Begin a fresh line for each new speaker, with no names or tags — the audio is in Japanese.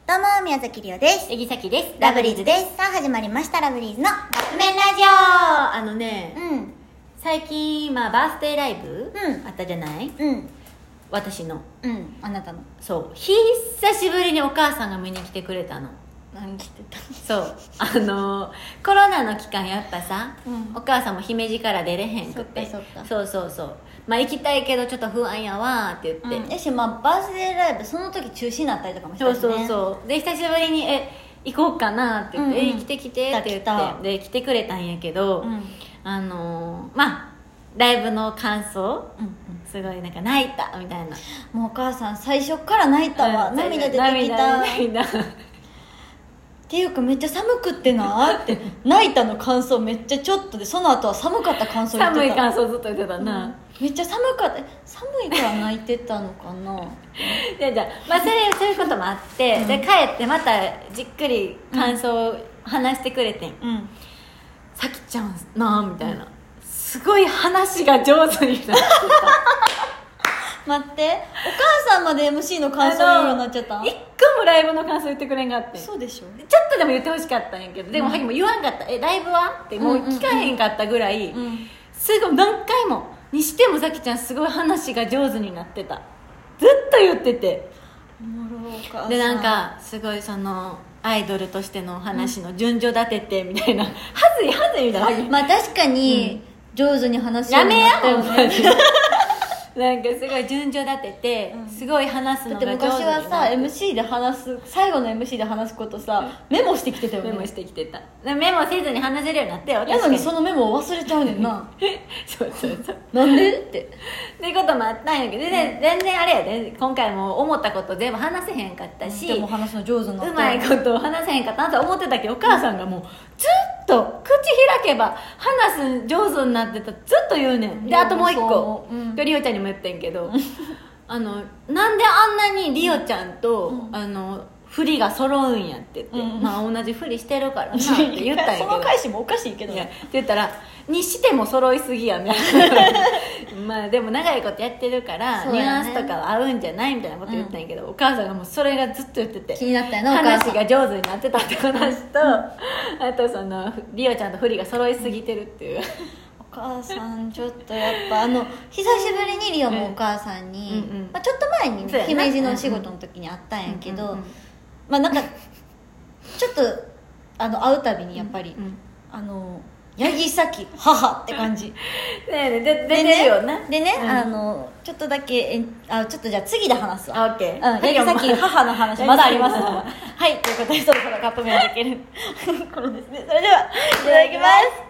どうも、宮崎りおです。
えぎさきです。
ラブリーズです。さあ、始まりました、ラブリーズのカップ麺ラジオ。
最近、バースデーライブ、あったじゃない？私の。
あなたの。
そう。久しぶりにお母さんが見に来てくれたの。
何してた？
そう。コロナの期間やっぱさ、お母さんも姫路から出れへんくて。
そっか。
そう。行きたいけどちょっと不安やわって言って。
バースデーライブ、その時中止になったりとかもしたしね。
そう。で、久しぶりに、行こうかなって言って、来てって言って。で、来てくれたんやけど、ライブの感想、すごいなんか泣いたみたいな。
もうお母さん最初から泣いたわ、涙出てきたっていうかめっちゃ寒くってなーって泣いたの感想めっちゃちょっとで、その後は寒かった感想言ってた。
寒い感想ずっと言ってたな、
めっちゃ寒かった。寒いから泣いてたのかな
じゃあ、そういうこともあって、で帰ってまたじっくり感想を話してくれてん、さきちゃんなーみたいな、すごい話が上手になってた
待って、お母さんまで MC の感想言うようになっちゃった。
一個もライブの感想言ってくれんかって。
そうでしょ。
ちょっとでも言ってほしかったんやけど、でもはぎも言わんかった。ライブはってもう聞かへんかったぐらい、すごい何回もにしてもさきちゃんすごい話が上手になってた。ずっと言ってて、
おもろお母さん
でなんかすごいそのアイドルとしての話の順序立ててみたいな、はずいみたいな。
確かに上手に話すようになったよね。
やめやなんかすごい順序立てて、すごい話すのが上手になって。
だって昔はさ MC で話す、最後の MC で話すことさ、メモしてきてたよね。
メモしてきてた。メモせずに話せるようになってよ。
やのにそのメモを忘れちゃうねんな
そう
なんでって
いうこともあったんやけど、全然あれやで、今回も思ったこと全部話せへんかったし、
でも話すの上手になった。
うまいことを話せへんかったなと思ってたけど、お母さんがもうずっと口開けば話す上手になってた、ずっと言うねん。であともう一個、りおちゃんにも言ってんけどなんであんなにりおちゃんと、振りが揃うんやって言って、同じ振りしてるからなって言ったんやけど
その返しもおかしいけどね
って言ったら、にしても揃いすぎやみたいなでも長いことやってるから、ニュアンスとかは合うんじゃないみたいなこと言ったんやけど、お母さんがもうそれがずっと言ってて、
気になったよな、お母さん
話が上手になってたって話と、あとそのりおちゃんと振りが揃いすぎてるっていう、
お母さんちょっとやっぱ久しぶりにリオもお母さんに、ちょっと前にね、姫路のお仕事の時に会ったんやけど、なんかちょっと会うたびにやっぱり、八木咲母って感じ
出てるよな。
でね、ちょっとだけちょっとじゃあ次で話すわ。
オッケー。
八木咲母の話まだありますはい、ということでそろそろカップ麺できるこれですね。それではいただきます。